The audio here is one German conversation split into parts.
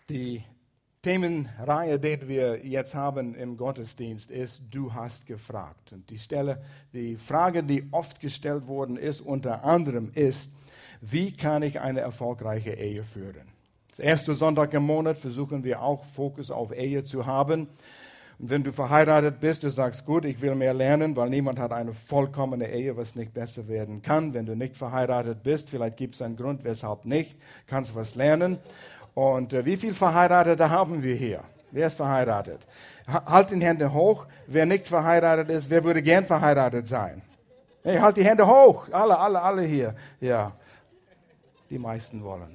Die Themenreihe, die wir jetzt haben im Gottesdienst, ist Du hast gefragt. Und die Frage, die oft gestellt worden ist, unter anderem ist, wie kann ich eine erfolgreiche Ehe führen? Das erste Sonntag im Monat versuchen wir auch Fokus auf Ehe zu haben. Und wenn du verheiratet bist, du sagst, gut, ich will mehr lernen, weil niemand hat eine vollkommene Ehe, was nicht besser werden kann. Wenn du nicht verheiratet bist, vielleicht gibt es einen Grund, weshalb nicht, kannst was lernen. Und wie viele Verheiratete haben wir hier? Wer ist verheiratet? Halt die Hände hoch. Wer nicht verheiratet ist, wer würde gern verheiratet sein? Hey, halt die Hände hoch. Alle hier. Ja, die meisten wollen.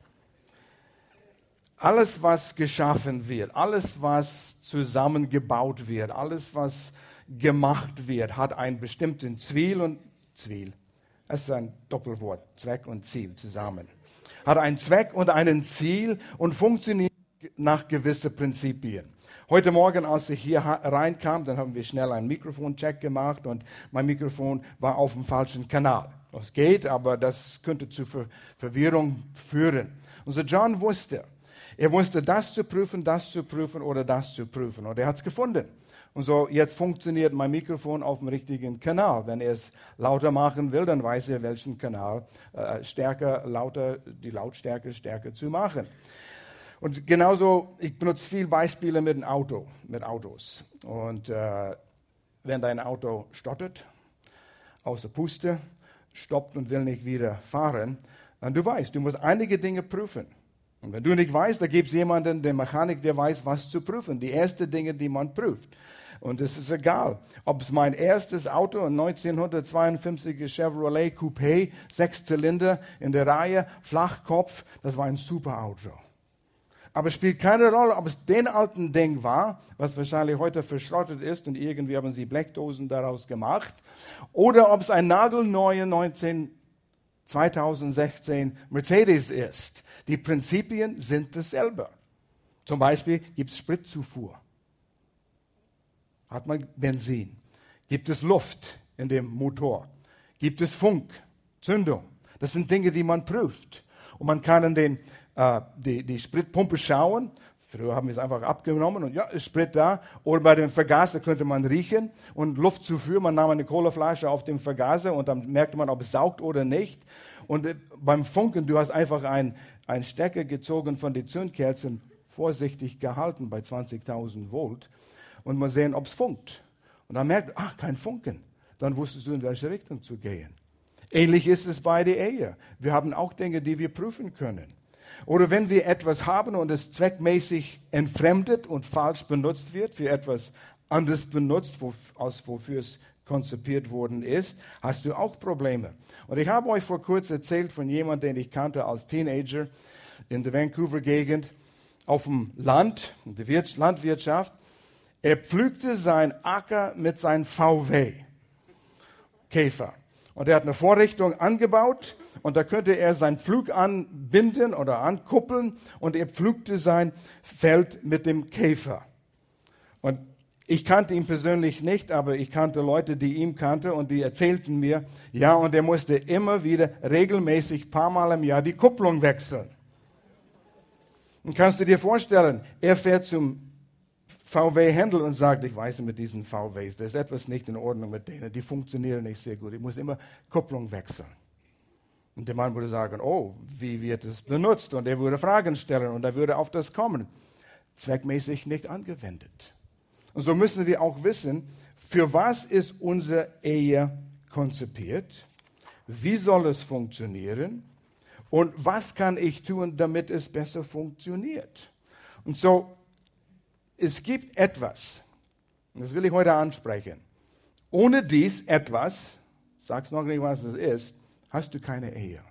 Alles, was geschaffen wird, alles, was zusammengebaut wird, alles, was gemacht wird, hat einen bestimmten Ziel. Das ist ein Doppelwort, Zweck und Ziel zusammen. Hat einen Zweck und einen Ziel und funktioniert nach gewissen Prinzipien. Heute Morgen, als ich hier reinkam, dann haben wir schnell einen Mikrofoncheck gemacht und mein Mikrofon war auf dem falschen Kanal. Das geht, aber das könnte zu Verwirrung führen. Und so John wusste, er wusste das zu prüfen oder das zu prüfen. Und er hat es gefunden. Und so jetzt funktioniert mein Mikrofon auf dem richtigen Kanal. Wenn er es lauter machen will, dann weiß er, welchen Kanal die Lautstärke stärker zu machen. Und genauso, ich benutze viele Beispiele mit Autos. Und wenn dein Auto stottert, außer Puste, stoppt und will nicht wieder fahren, dann du weißt, du musst einige Dinge prüfen. Und wenn du nicht weißt, da gibt es jemanden, den Mechanik, der weiß, was zu prüfen. Die ersten Dinge, die man prüft. Und es ist egal, ob es mein erstes Auto, ein 1952er Chevrolet Coupé, 6 Zylinder in der Reihe, Flachkopf, das war ein super Auto. Aber es spielt keine Rolle, ob es den alten Ding war, was wahrscheinlich heute verschrottet ist und irgendwie haben sie Blechdosen daraus gemacht, oder ob es ein nagelneuer 2016 Mercedes ist. Die Prinzipien sind dasselbe. Zum Beispiel gibt es Spritzufuhr. Hat man Benzin? Gibt es Luft in dem Motor? Gibt es Funk? Zündung? Das sind Dinge, die man prüft. Und man kann in die Spritpumpe schauen. Früher haben wir es einfach abgenommen und ja, ist Sprit da. Oder bei dem Vergaser könnte man riechen und Luftzufuhr. Man nahm eine Colaflasche auf dem Vergaser und dann merkte man, ob es saugt oder nicht. Und beim Funken, du hast einfach einen Stecker gezogen von den Zündkerzen, vorsichtig gehalten bei 20.000 Volt und mal sehen, ob es funkt. Und dann merkt man, kein Funken. Dann wusstest du, in welche Richtung zu gehen. Ähnlich ist es bei der Ehe. Wir haben auch Dinge, die wir prüfen können. Oder wenn wir etwas haben und es zweckmäßig entfremdet und falsch benutzt wird, für etwas anderes benutzt, als wofür es konzipiert worden ist, hast du auch Probleme. Und ich habe euch vor kurzem erzählt von jemandem, den ich kannte als Teenager in der Vancouver-Gegend, auf dem Land, in der Landwirtschaft. Er pflügte seinen Acker mit seinem VW-Käfer. Und er hat eine Vorrichtung angebaut und da könnte er seinen Pflug anbinden oder ankuppeln und er pflügte sein Feld mit dem Käfer. Und ich kannte ihn persönlich nicht, aber ich kannte Leute, die ihn kannten und die erzählten mir, ja, und er musste immer wieder regelmäßig, ein paar Mal im Jahr, die Kupplung wechseln. Und kannst du dir vorstellen, er fährt zum VW-Händler und sagt, ich weiß mit diesen VWs, da ist etwas nicht in Ordnung mit denen, die funktionieren nicht sehr gut, ich muss immer Kupplung wechseln. Und der Mann würde sagen, oh, wie wird es benutzt? Und er würde Fragen stellen und er würde auf das kommen. Zweckmäßig nicht angewendet. Und so müssen wir auch wissen, für was ist unsere Ehe konzipiert? Wie soll es funktionieren? Und was kann ich tun, damit es besser funktioniert? Und so, es gibt etwas, und das will ich heute ansprechen. Ohne dies etwas, sag's noch nicht, was es ist, hast du keine Ehe.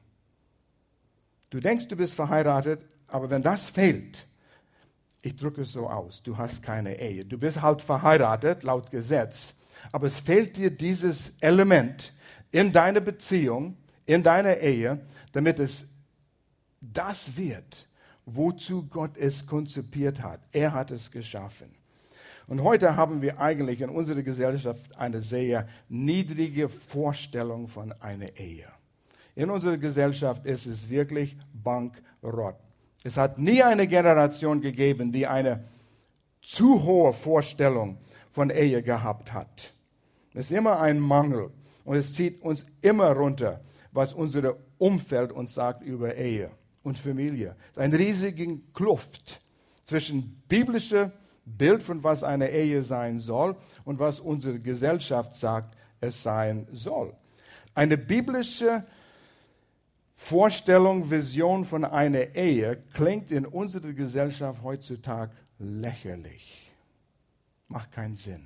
Du denkst, du bist verheiratet, aber wenn das fehlt, ich drücke es so aus, du hast keine Ehe. Du bist halt verheiratet, laut Gesetz, aber es fehlt dir dieses Element in deiner Beziehung, in deiner Ehe, damit es das wird, wozu Gott es konzipiert hat. Er hat es geschaffen. Und heute haben wir eigentlich in unserer Gesellschaft eine sehr niedrige Vorstellung von einer Ehe. In unserer Gesellschaft ist es wirklich bankrott. Es hat nie eine Generation gegeben, die eine zu hohe Vorstellung von Ehe gehabt hat. Es ist immer ein Mangel und es zieht uns immer runter, was unser Umfeld uns sagt über Ehe und Familie. Es ist eine riesige Kluft zwischen biblischem Bild von was eine Ehe sein soll und was unsere Gesellschaft sagt, es sein soll. Eine biblische Vorstellung, Vision von einer Ehe klingt in unserer Gesellschaft heutzutage lächerlich. Macht keinen Sinn.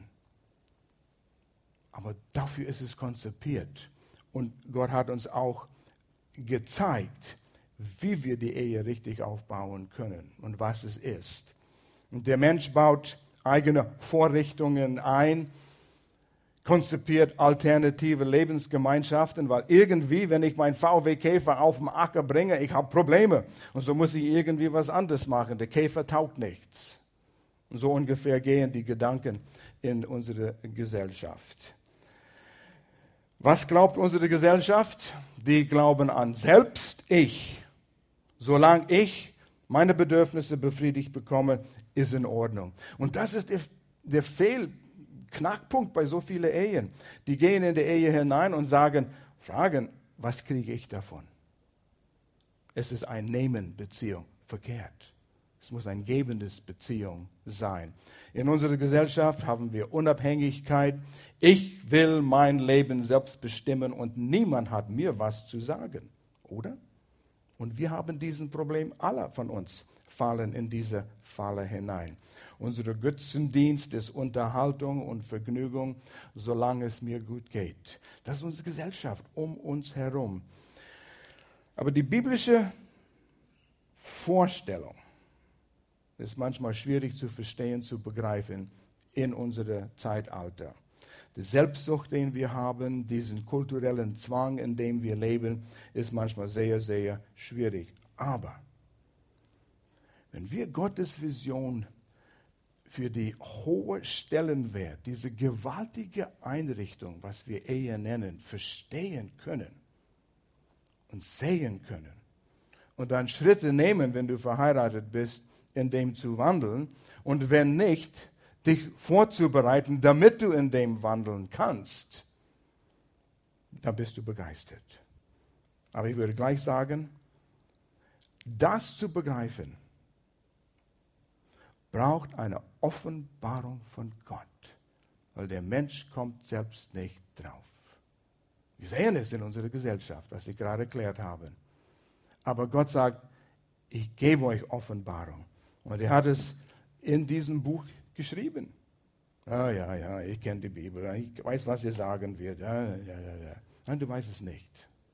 Aber dafür ist es konzipiert. Und Gott hat uns auch gezeigt, wie wir die Ehe richtig aufbauen können und was es ist. Und der Mensch baut eigene Vorrichtungen ein, konzipiert alternative Lebensgemeinschaften, weil irgendwie, wenn ich meinen VW-Käfer auf den Acker bringe, ich habe Probleme. Und so muss ich irgendwie was anderes machen. Der Käfer taugt nichts. Und so ungefähr gehen die Gedanken in unsere Gesellschaft. Was glaubt unsere Gesellschaft? Die glauben an selbst ich. Solange ich meine Bedürfnisse befriedigt bekomme, ist in Ordnung. Und das ist der Knackpunkt bei so vielen Ehen. Die gehen in die Ehe hinein und fragen, was kriege ich davon? Es ist eine Nehmen-Beziehung, verkehrt. Es muss eine gebendes Beziehung sein. In unserer Gesellschaft haben wir Unabhängigkeit. Ich will mein Leben selbst bestimmen und niemand hat mir was zu sagen, oder? Und wir haben dieses Problem, alle von uns fallen in diese Falle hinein. Unser Götzendienst ist Unterhaltung und Vergnügung, solange es mir gut geht. Das ist unsere Gesellschaft um uns herum. Aber die biblische Vorstellung ist manchmal schwierig zu verstehen, zu begreifen in unserem Zeitalter. Die Selbstsucht, den wir haben, diesen kulturellen Zwang, in dem wir leben, ist manchmal sehr, sehr schwierig. Aber wenn wir Gottes Vision für die hohe Stellenwert, diese gewaltige Einrichtung, was wir Ehe nennen, verstehen können und sehen können und dann Schritte nehmen, wenn du verheiratet bist, in dem zu wandeln und wenn nicht, dich vorzubereiten, damit du in dem wandeln kannst, dann bist du begeistert. Aber ich würde gleich sagen, das zu begreifen, braucht eine Offenbarung von Gott, weil der Mensch kommt selbst nicht drauf. Wir sehen es in unserer Gesellschaft, was ich gerade erklärt habe. Aber Gott sagt, ich gebe euch Offenbarung. Und er hat es in diesem Buch geschrieben. Ja, ich kenne die Bibel, ich weiß, was ihr sagen wird. Ja. Nein, du weißt es nicht.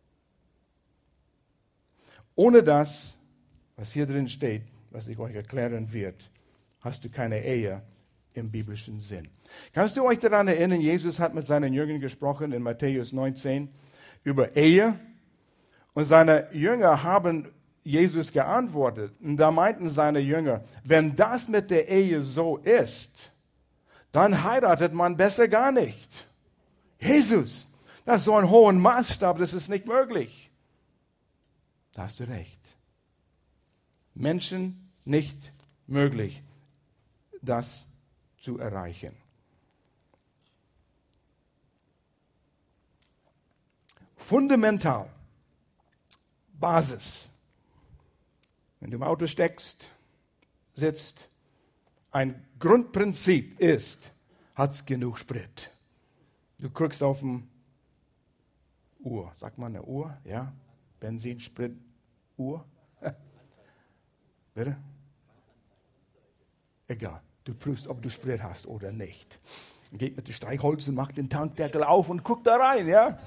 Ohne das, was hier drin steht, was ich euch erklären werde, hast du keine Ehe im biblischen Sinn. Kannst du euch daran erinnern, Jesus hat mit seinen Jüngern gesprochen in Matthäus 19 über Ehe und seine Jünger haben Jesus geantwortet. Und da meinten seine Jünger, wenn das mit der Ehe so ist, dann heiratet man besser gar nicht. Jesus, das ist so ein hoher Maßstab, das ist nicht möglich. Da hast du recht. Menschen nicht möglich, das zu erreichen. Fundamental, Basis. Wenn du im Auto sitzt, ein Grundprinzip ist, hat es genug Sprit. Du guckst auf die Uhr, sagt man eine Uhr, ja? Benzin, Sprit, Uhr. Bitte? Egal, du prüfst, ob du Sprit hast oder nicht. Geht mit dem Streichholz und macht den Tankdeckel auf und guckt da rein, ja?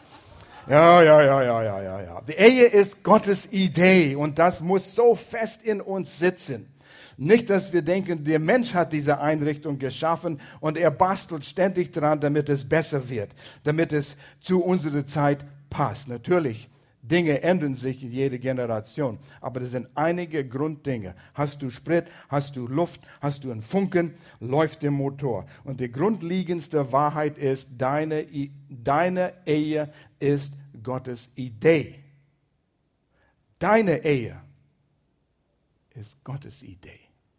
Ja. Die Ehe ist Gottes Idee und das muss so fest in uns sitzen. Nicht, dass wir denken, der Mensch hat diese Einrichtung geschaffen und er bastelt ständig dran, damit es besser wird, damit es zu unserer Zeit passt. Natürlich, Dinge ändern sich in jeder Generation, aber das sind einige Grunddinge. Hast du Sprit, hast du Luft, hast du einen Funken, läuft der Motor. Und die grundlegendste Wahrheit ist, deine Ehe ist Gottes Idee. Deine Ehe ist Gottes Idee.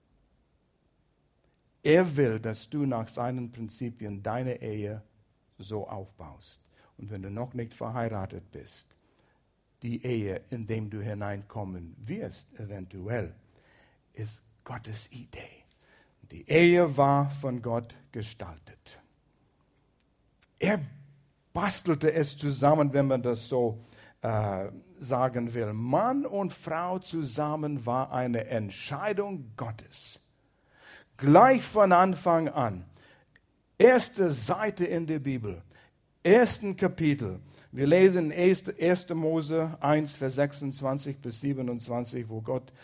Er will, dass du nach seinen Prinzipien deine Ehe so aufbaust. Und wenn du noch nicht verheiratet bist, die Ehe, in dem du hineinkommen wirst, eventuell, ist Gottes Idee. Die Ehe war von Gott gestaltet. Er bastelte es zusammen, wenn man das so sagen will. Mann und Frau zusammen war eine Entscheidung Gottes. Gleich von Anfang an. Erste Seite in der Bibel. Ersten Kapitel. Wir lesen 1. Mose 1, Vers 26 bis 27, wo Gott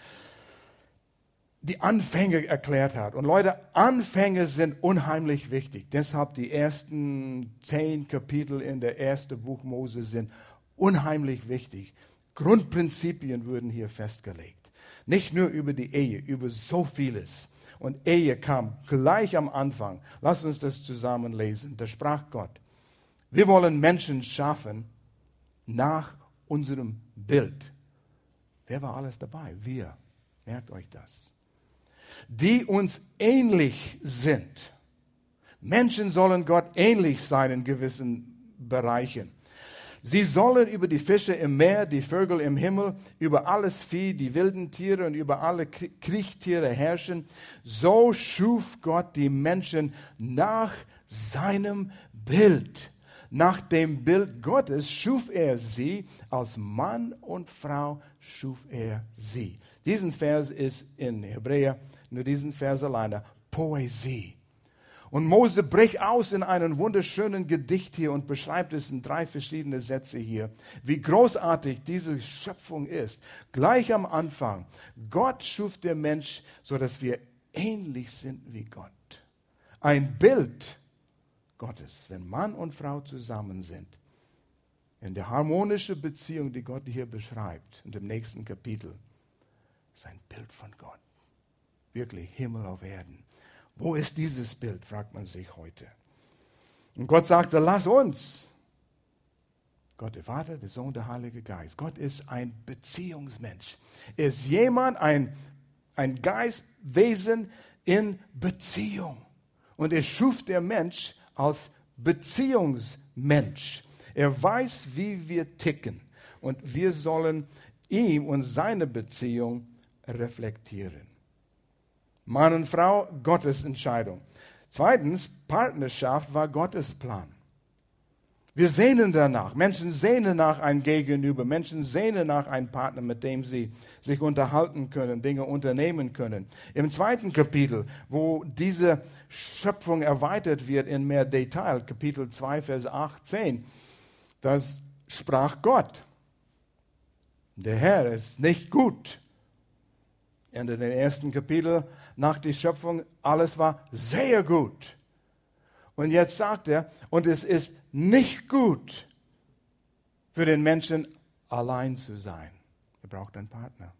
die Anfänge erklärt hat. Und Leute, Anfänge sind unheimlich wichtig. Deshalb die ersten 10 Kapitel in der ersten Buch Mose sind unheimlich wichtig. Grundprinzipien wurden hier festgelegt. Nicht nur über die Ehe, über so vieles. Und Ehe kam gleich am Anfang. Lasst uns das zusammen lesen. Da sprach Gott: Wir wollen Menschen schaffen nach unserem Bild. Wer war alles dabei? Wir. Merkt euch das. Die uns ähnlich sind. Menschen sollen Gott ähnlich sein in gewissen Bereichen. Sie sollen über die Fische im Meer, die Vögel im Himmel, über alles Vieh, die wilden Tiere und über alle Kriechtiere herrschen. So schuf Gott die Menschen nach seinem Bild. Nach dem Bild Gottes schuf er sie, als Mann und Frau schuf er sie. Diesen Vers ist in Hebräer, nur diesen Vers alleine, Poesie. Und Mose bricht aus in einen wunderschönen Gedicht hier und beschreibt es in 3 verschiedene Sätze hier, wie großartig diese Schöpfung ist. Gleich am Anfang, Gott schuf der Mensch, sodass wir ähnlich sind wie Gott. Ein Bild Gottes, wenn Mann und Frau zusammen sind, in der harmonischen Beziehung, die Gott hier beschreibt, in dem nächsten Kapitel, ist ein Bild von Gott. Wirklich Himmel auf Erden. Wo ist dieses Bild, fragt man sich heute. Und Gott sagte, lass uns. Gott der Vater, der Sohn, der Heilige Geist. Gott ist ein Beziehungsmensch. Er ist jemand, ein Geistwesen in Beziehung. Und er schuf der Mensch als Beziehungsmensch. Er weiß, wie wir ticken. Und wir sollen ihm und seine Beziehung reflektieren. Mann und Frau, Gottes Entscheidung. Zweitens, Partnerschaft war Gottes Plan. Wir sehnen danach. Menschen sehnen nach einem Gegenüber. Menschen sehnen nach einem Partner, mit dem sie sich unterhalten können, Dinge unternehmen können. Im 2. Kapitel, wo diese Schöpfung erweitert wird in mehr Detail, Kapitel 2, Vers 18, das sprach Gott. Der Herr ist nicht gut. Ende des 1. Kapitel, nach der Schöpfung, alles war sehr gut. Und jetzt sagt er, und es ist nicht gut für den Menschen, allein zu sein. Er braucht einen Partner.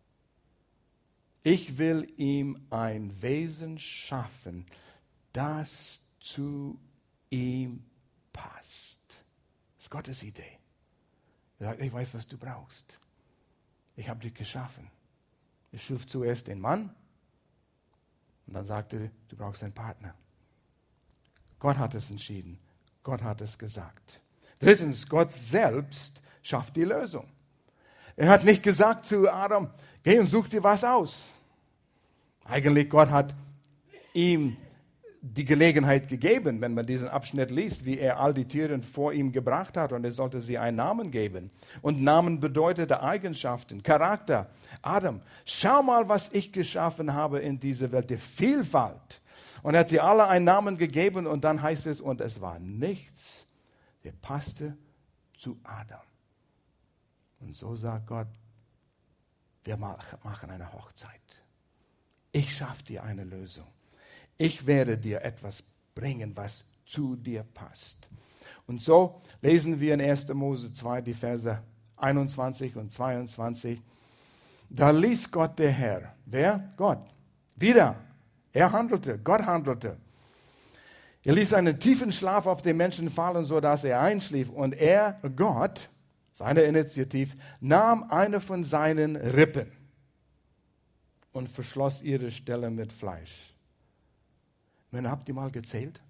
Ich will ihm ein Wesen schaffen, das zu ihm passt. Das ist Gottes Idee. Er sagt, ich weiß, was du brauchst. Ich habe dich geschaffen. Er schuf zuerst den Mann und dann sagte er, du brauchst einen Partner. Gott hat es entschieden. Gott hat es gesagt. Drittens, Gott selbst schafft die Lösung. Er hat nicht gesagt zu Adam, geh und such dir was aus. Eigentlich Gott hat ihm die Gelegenheit gegeben, wenn man diesen Abschnitt liest, wie er all die Tiere vor ihm gebracht hat und er sollte sie einen Namen geben. Und Namen bedeutete Eigenschaften, Charakter. Adam, schau mal, was ich geschaffen habe in dieser Welt, die Vielfalt. Und er hat sie alle einen Namen gegeben und dann heißt es, und es war nichts, der passte zu Adam. Und so sagt Gott, wir machen eine Hochzeit. Ich schaffe dir eine Lösung. Ich werde dir etwas bringen, was zu dir passt. Und so lesen wir in 1. Mose 2 die Verse 21 und 22. Da ließ Gott der Herr. Wer? Gott. Wieder. Er handelte. Gott handelte. Er ließ einen tiefen Schlaf auf den Menschen fallen, sodass er einschlief. Und er, Gott, seine Initiative, nahm eine von seinen Rippen. und verschloss ihre Stelle mit Fleisch. Männer, habt ihr mal gezählt?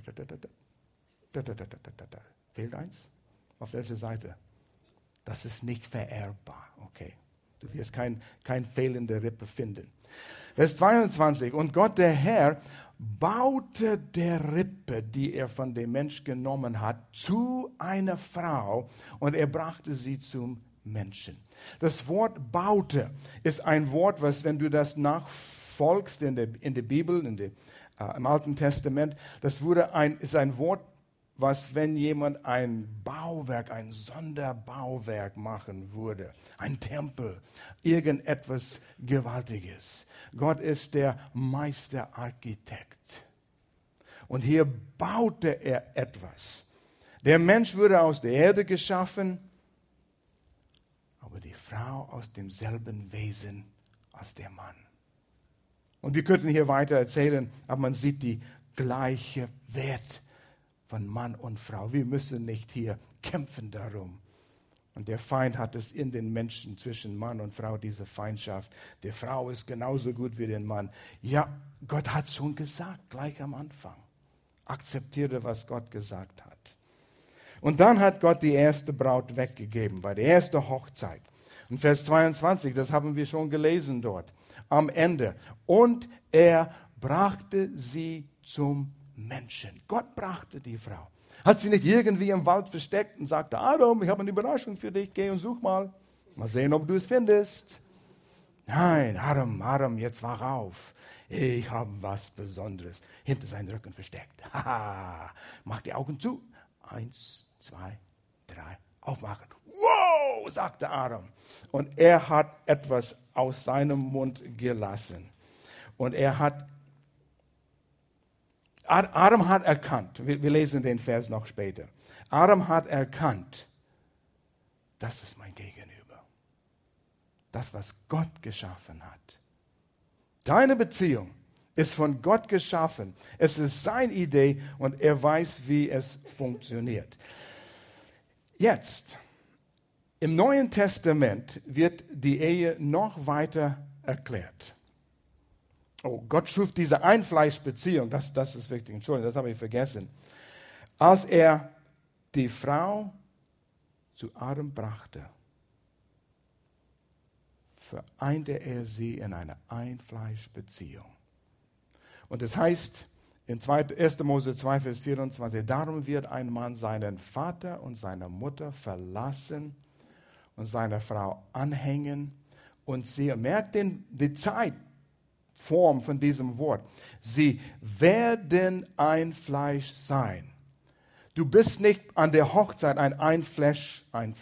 Fehlt eins? Auf welche Seite? Das ist nicht vererbbar. Okay. Du wirst kein fehlende Rippe finden. Vers 22. Und Gott, der Herr, baute der Rippe, die er von dem Mensch genommen hat, zu einer Frau und er brachte sie zum Menschen. Das Wort baute ist ein Wort, was, wenn du das nachfolgst in der Bibel, im Alten Testament, ist ein Wort, was, wenn jemand ein Bauwerk, ein Sonderbauwerk machen würde, ein Tempel, irgendetwas Gewaltiges. Gott ist der Meisterarchitekt. Und hier baute er etwas. Der Mensch wurde aus der Erde geschaffen, aber die Frau aus demselben Wesen als der Mann. Und wir könnten hier weiter erzählen, aber man sieht die gleiche Wert von Mann und Frau. Wir müssen nicht hier kämpfen darum. Und der Feind hat es in den Menschen zwischen Mann und Frau, diese Feindschaft. Die Frau ist genauso gut wie der Mann. Ja, Gott hat es schon gesagt, gleich am Anfang. Akzeptiere, was Gott gesagt hat. Und dann hat Gott die erste Braut weggegeben, bei der ersten Hochzeit. Und Vers 22, das haben wir schon gelesen dort, am Ende. Und er brachte sie zum Menschen. Gott brachte die Frau. Hat sie nicht irgendwie im Wald versteckt und sagte, Adam, ich habe eine Überraschung für dich, geh und such mal. Mal sehen, ob du es findest. Nein, Adam, jetzt wach auf. Ich habe was Besonderes hinter seinen Rücken versteckt. Haha, mach die Augen zu. 1, 2, 3, aufmachen. Wow, sagte Adam. Und er hat etwas aus seinem Mund gelassen. Und Adam hat erkannt, wir lesen den Vers noch später. Adam hat erkannt, das ist mein Gegenüber. Das, was Gott geschaffen hat. Deine Beziehung ist von Gott geschaffen. Es ist seine Idee und er weiß, wie es funktioniert. Jetzt, im Neuen Testament wird die Ehe noch weiter erklärt. Oh, Gott schuf diese Einfleischbeziehung, das ist wichtig, Entschuldigung, das habe ich vergessen. Als er die Frau zu Adam brachte, vereinte er sie in eine Einfleischbeziehung. Und es heißt in 1. Mose 2, Vers 24, darum wird ein Mann seinen Vater und seine Mutter verlassen und seiner Frau anhängen und sie, merkt die Zeitform von diesem Wort, sie werden ein Fleisch sein. Du bist nicht an der Hochzeit ein Fleisch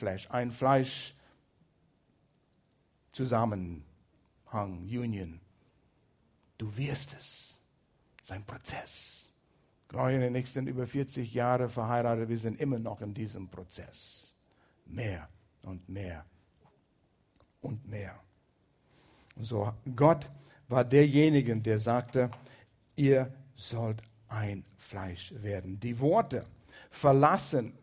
Zusammenhang, Union. Du wirst es. Das ist ein Prozess. Gloria und ich sind über 40 Jahre verheiratet, wir sind immer noch in diesem Prozess. Mehr und mehr und mehr. Und so, Gott war derjenige, der sagte, ihr sollt ein Fleisch werden. Die Worte verlassen,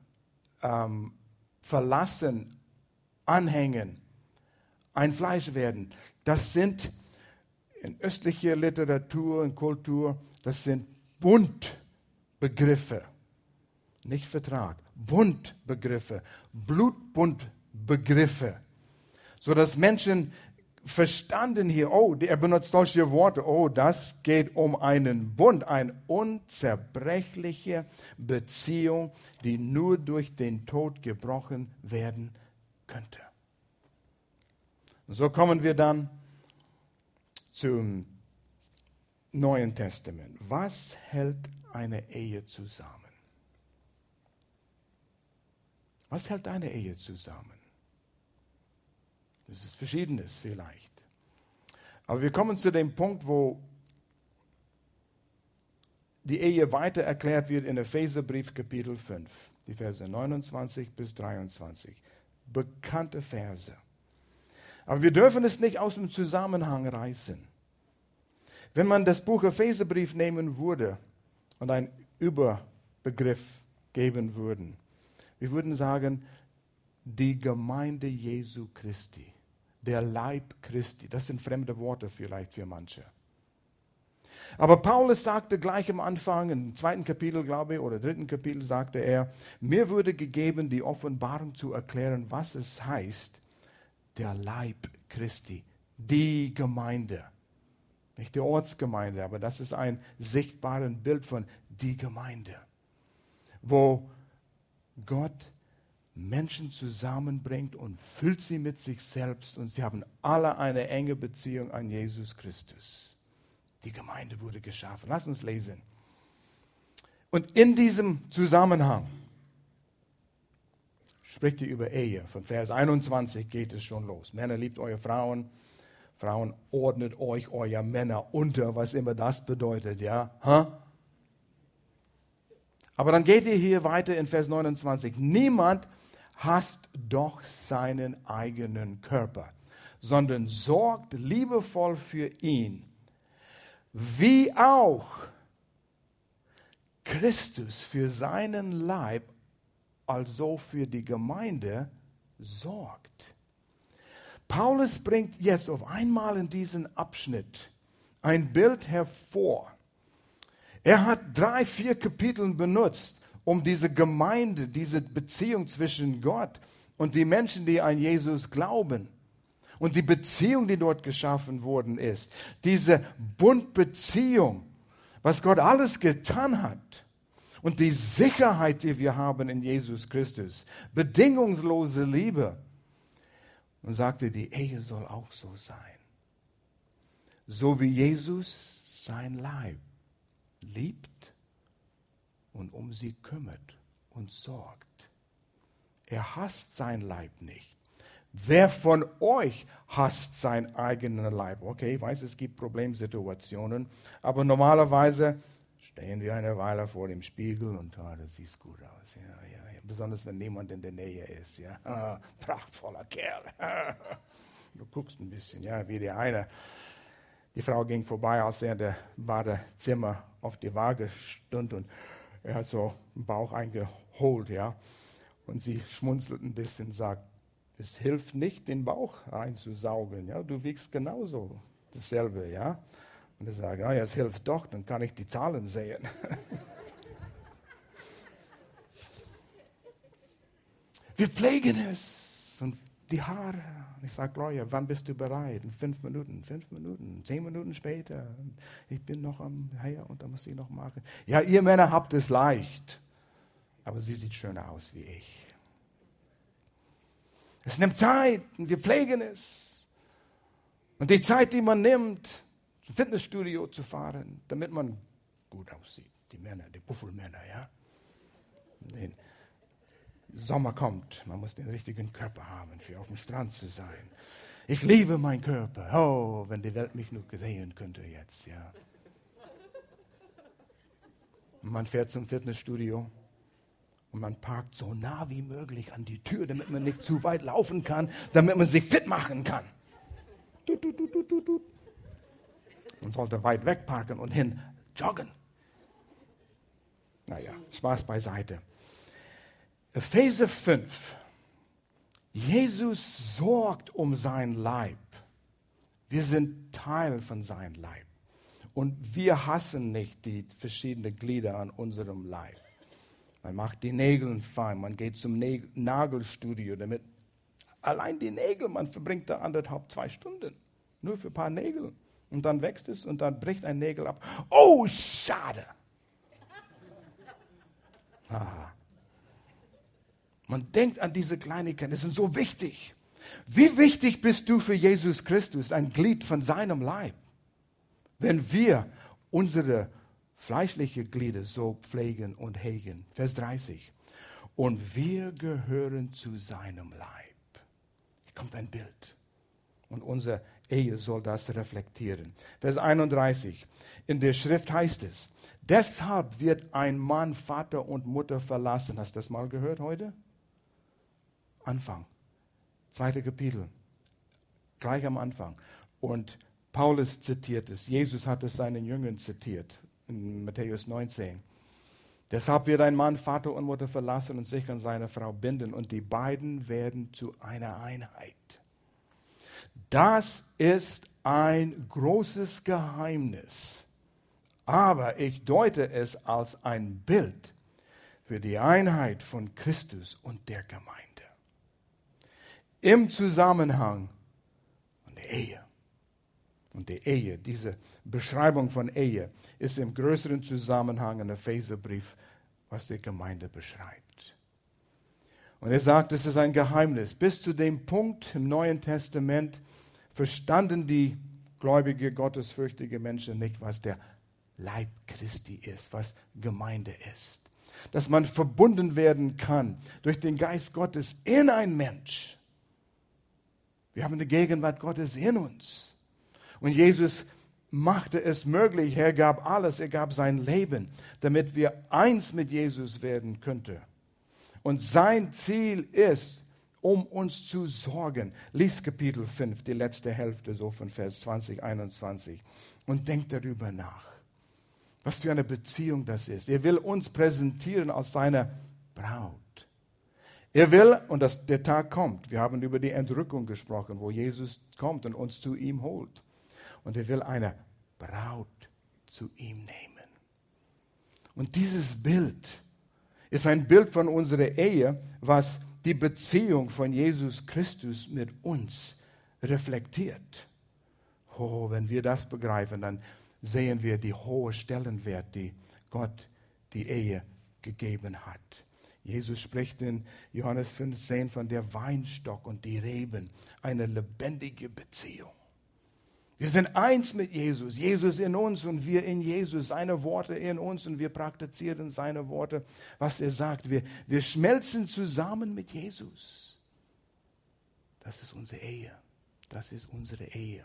anhängen, ein Fleisch werden, das sind in östlicher Literatur und Kultur, das sind Bundbegriffe, nicht Vertrag, Bundbegriffe, Blutbundbegriffe, sodass Menschen verstanden hier, oh, er benutzt solche Worte, oh, das geht um einen Bund, eine unzerbrechliche Beziehung, die nur durch den Tod gebrochen werden könnte. Und so kommen wir dann zum Neuen Testament. Was hält eine Ehe zusammen? Was hält eine Ehe zusammen? Das ist Verschiedenes vielleicht. Aber wir kommen zu dem Punkt, wo die Ehe weiter erklärt wird in Epheserbrief Kapitel 5, die Verse 29 bis 23. Bekannte Verse. Aber wir dürfen es nicht aus dem Zusammenhang reißen. Wenn man das Buch Epheserbrief nehmen würde und einen Überbegriff geben würden, wir würden sagen, die Gemeinde Jesu Christi. Der Leib Christi. Das sind fremde Worte vielleicht für manche. Aber Paulus sagte gleich am Anfang, im 2. Kapitel, glaube ich, oder 3. Kapitel, sagte er, mir wurde gegeben, die Offenbarung zu erklären, was es heißt, der Leib Christi, die Gemeinde. Nicht die Ortsgemeinde, aber das ist ein sichtbares Bild von die Gemeinde, wo Gott Menschen zusammenbringt und füllt sie mit sich selbst und sie haben alle eine enge Beziehung an Jesus Christus. Die Gemeinde wurde geschaffen. Lass uns lesen. Und in diesem Zusammenhang spricht er über Ehe. Von Vers 21 geht es schon los. Männer, liebt eure Frauen. Frauen, ordnet euch euer Männer unter, was immer das bedeutet, ja? Aber dann geht ihr hier weiter in Vers 29. Niemand hasst doch seinen eigenen Körper, sondern sorgt liebevoll für ihn, wie auch Christus für seinen Leib, also für die Gemeinde, sorgt. Paulus bringt jetzt auf einmal in diesen Abschnitt ein Bild hervor. Er hat 3, 4 Kapitel benutzt, um diese Gemeinde, diese Beziehung zwischen Gott und die Menschen, die an Jesus glauben und die Beziehung, die dort geschaffen worden ist, diese Bundbeziehung, was Gott alles getan hat und die Sicherheit, die wir haben in Jesus Christus, bedingungslose Liebe. Und sagte, die Ehe soll auch so sein. So wie Jesus sein Leib liebt und um sie kümmert und sorgt. Er hasst sein Leib nicht. Wer von euch hasst seinen eigenen Leib? Okay, ich weiß, es gibt Problemsituationen, aber normalerweise stehen wir eine Weile vor dem Spiegel und das sieht gut aus. Ja. Besonders wenn niemand in der Nähe ist. Ja. Prachtvoller Kerl. Du guckst ein bisschen, ja, wie der eine. Die Frau ging vorbei, als er in der Badezimmer auf die Waage stund und er hat so den Bauch eingeholt, ja. Und sie schmunzelt ein bisschen und sagt, es hilft nicht, den Bauch einzusaugen, ja. Du wiegst genauso dasselbe, ja. Und er sagt, ja, es hilft doch, dann kann ich die Zahlen sehen. Wir pflegen es. Und die Haare. Ich sage, Gloria, wann bist du bereit? In 5 Minuten, 10 Minuten später. Ich bin noch am Her und da muss ich noch machen. Ja, ihr Männer habt es leicht. Aber sie sieht schöner aus wie ich. Es nimmt Zeit und wir pflegen es. Und die Zeit, die man nimmt, zum Fitnessstudio zu fahren, damit man gut aussieht. Die Männer, die Puffelmänner, ja. Den Sommer kommt, man muss den richtigen Körper haben, für auf dem Strand zu sein. Ich liebe meinen Körper. Oh, wenn die Welt mich nur sehen könnte jetzt, ja. Und man fährt zum Fitnessstudio und man parkt so nah wie möglich an die Tür, damit man nicht zu weit laufen kann, damit man sich fit machen kann. Man sollte weit weg parken und hin joggen. Naja, Spaß beiseite. Epheser 5. Jesus sorgt um sein Leib. Wir sind Teil von seinem Leib. Und wir hassen nicht die verschiedenen Glieder an unserem Leib. Man macht die Nägel fein, man geht zum Nagelstudio, damit allein die Nägel, man verbringt da 1,5, 2 Stunden. Nur für ein paar Nägel. Und dann wächst es und dann bricht ein Nägel ab. Oh, schade. Aha. Man denkt an diese Kleinigkeiten, die sind so wichtig. Wie wichtig bist du für Jesus Christus, ein Glied von seinem Leib? Wenn wir unsere fleischlichen Glieder so pflegen und hegen. Vers 30. Und wir gehören zu seinem Leib. Hier kommt ein Bild. Und unsere Ehe soll das reflektieren. Vers 31. In der Schrift heißt es, deshalb wird ein Mann Vater und Mutter verlassen. Hast du das mal gehört heute? Anfang. 2. Kapitel. Gleich am Anfang. Und Paulus zitiert es. Jesus hat es seinen Jüngern zitiert. In Matthäus 19. Deshalb wird ein Mann Vater und Mutter verlassen und sich an seine Frau binden. Und die beiden werden zu einer Einheit. Das ist ein großes Geheimnis. Aber ich deute es als ein Bild für die Einheit von Christus und der Gemeinde. Im Zusammenhang von der Ehe. Und die Ehe, diese Beschreibung von Ehe, ist im größeren Zusammenhang ein Epheserbrief, was die Gemeinde beschreibt. Und er sagt, es ist ein Geheimnis. Bis zu dem Punkt im Neuen Testament verstanden die gläubige, gottesfürchtige Menschen nicht, was der Leib Christi ist, was Gemeinde ist. Dass man verbunden werden kann durch den Geist Gottes in ein Mensch. Wir haben die Gegenwart Gottes in uns. Und Jesus machte es möglich. Er gab alles. Er gab sein Leben, damit wir eins mit Jesus werden könnten. Und sein Ziel ist, um uns zu sorgen. Lies Kapitel 5, die letzte Hälfte, so von Vers 20, 21. Und denkt darüber nach. Was für eine Beziehung das ist. Er will uns präsentieren als seine Braut. Er will, und der Tag kommt, wir haben über die Entrückung gesprochen, wo Jesus kommt und uns zu ihm holt. Und er will eine Braut zu ihm nehmen. Und dieses Bild ist ein Bild von unserer Ehe, was die Beziehung von Jesus Christus mit uns reflektiert. Oh, wenn wir das begreifen, dann sehen wir die hohe Stellenwert, die Gott die Ehe gegeben hat. Jesus spricht in Johannes 15 von der Weinstock und die Reben, eine lebendige Beziehung. Wir sind eins mit Jesus, Jesus in uns und wir in Jesus, seine Worte in uns und wir praktizieren seine Worte, was er sagt. Wir schmelzen zusammen mit Jesus. Das ist unsere Ehe. Das ist unsere Ehe.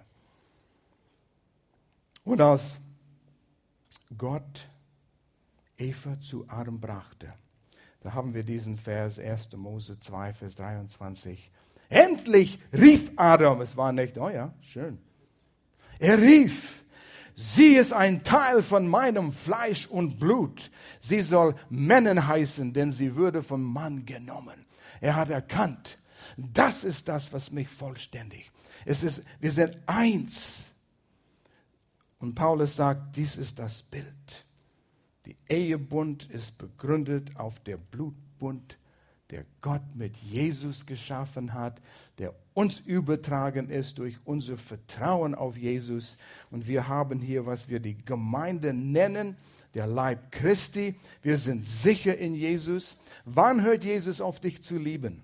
Und als Gott Eva zu Adam brachte, da haben wir diesen Vers 1. Mose 2, Vers 23. Endlich rief Adam, es war nicht, oh ja, schön. Er rief, sie ist ein Teil von meinem Fleisch und Blut. Sie soll Männin heißen, denn sie würde vom Mann genommen. Er hat erkannt, das ist das, was mich vollständig. Wir sind eins. Und Paulus sagt, dies ist das Bild. Die Ehebund ist begründet auf der Blutbund, der Gott mit Jesus geschaffen hat, der uns übertragen ist durch unser Vertrauen auf Jesus. Und wir haben hier, was wir die Gemeinde nennen, der Leib Christi. Wir sind sicher in Jesus. Wann hört Jesus auf, dich zu lieben?